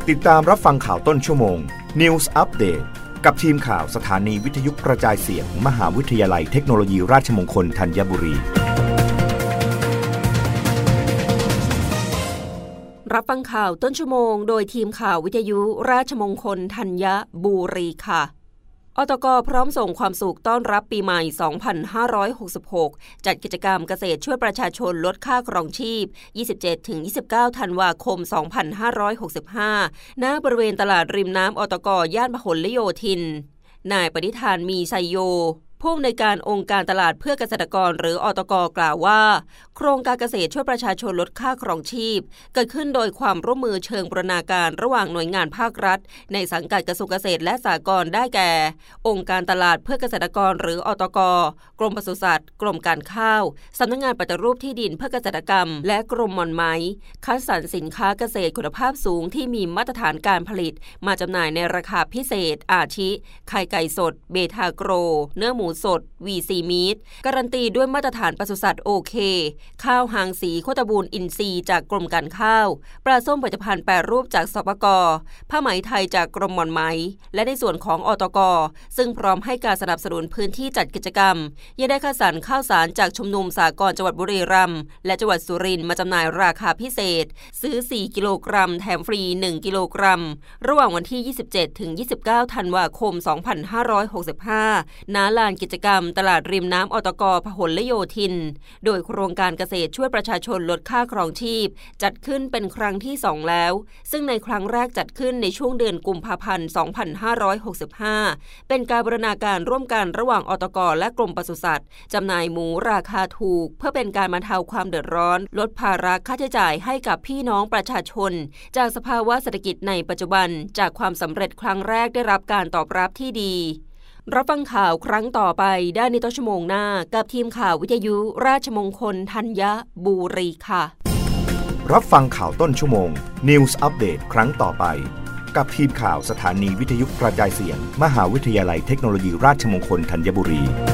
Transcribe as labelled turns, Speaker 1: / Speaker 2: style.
Speaker 1: ติดตามรับฟังข่าวต้นชั่วโมง News Update กับทีมข่าวสถานีวิทยุกระจายเสียง มหาวิทยาลัยเทคโนโลยีราชมงคลธัญบุรี
Speaker 2: รับฟังข่าวต้นชั่วโมงโดยทีมข่าววิทยุราชมงคลธัญบุรีค่ะอตก.พร้อมส่งความสุขต้อนรับปีใหม่ 2566 จัดกิจกรรมเกษตรช่วยประชาชนลดค่าครองชีพ 27-29 ธันวาคม 2565 ณ บริเวณตลาดริมน้ำอตก.ย่านพหลโยธิน นายปณิธานมีชัยโยผู้อำนวยการองค์การตลาดเพื่อเกษตรกรหรืออตก.กล่าวว่าโครงการเกษตรช่วยประชาชนลดค่าครองชีพเกิดขึ้นโดยความร่วมมือเชิงบูรณาการระหว่างหน่วยงานภาครัฐในสังกัดกระทรวงเกษตรและสหกรณ์ได้แก่องค์การตลาดเพื่อเกษตรกรหรืออตก.กรมปศุสัตว์กรมการข้าวสำนักงานปฏิรูปที่ดินเพื่อเกษตรกรรมและกรมหม่อนไม้คัดสรรสินค้าเกษตรคุณภาพสูงที่มีมาตรฐานการผลิตมาจำหน่ายในราคาพิเศษอาทิไข่ไก่สดเบทาโกรเนื้อหมูสดVCมีทการันตีด้วยมาตรฐานปศุสัตว์โอเคข้าวหางสีโคตบูรณ์อินทรีย์จากกรมการข้าวปลาส้มผลิตภัณฑ์แปรรูปจากสปก.ผ้าไหมไทยจากกรมหม่อนไหมและในส่วนของอตก.ซึ่งพร้อมให้การสนับสนุนพื้นที่จัดกิจกรรมยังได้คัดสรรข้าวสารจากชุมนุมสหกรณ์จังหวัดบุรีรัมย์และจังหวัดสุรินทร์มาจำหน่ายราคาพิเศษซื้อ4กิโลกรัมแถมฟรี1กิโลกรัมระหว่างวันที่ 27-29 ธันวาคม 2565 ณ ลานกิจกรรมตลาดริมน้ำอตก.พหลโยธินโดยโครงการเกษตรช่วยประชาชนลดค่าครองชีพจัดขึ้นเป็นครั้งที่2แล้วซึ่งในครั้งแรกจัดขึ้นในช่วงเดือนกุมภาพันธ์ 2565 เป็นการบูรณาการร่วมกันระหว่างอตก.และกรมปศุสัตว์จำหน่ายหมูราคาถูกเพื่อเป็นการบรรเทาความเดือดร้อนลดภาระค่าใช้จ่ายให้กับพี่น้องประชาชนจากสภาวะเศรษฐกิจในปัจจุบันจากความสำเร็จครั้งแรกได้รับการตอบรับที่ดีรับฟังข่าวครั้งต่อไปได้ในต้นชั่วโมงหน้ากับทีมข่าววิทยุราชมงคลธัญบุรีค่ะ
Speaker 1: รับฟังข่าวต้นชั่วโมง News Update ครั้งต่อไปกับทีมข่าวสถานีวิทยุกระจายเสียงมหาวิทยาลัยเทคโนโลยีราชมงคลธัญบุรี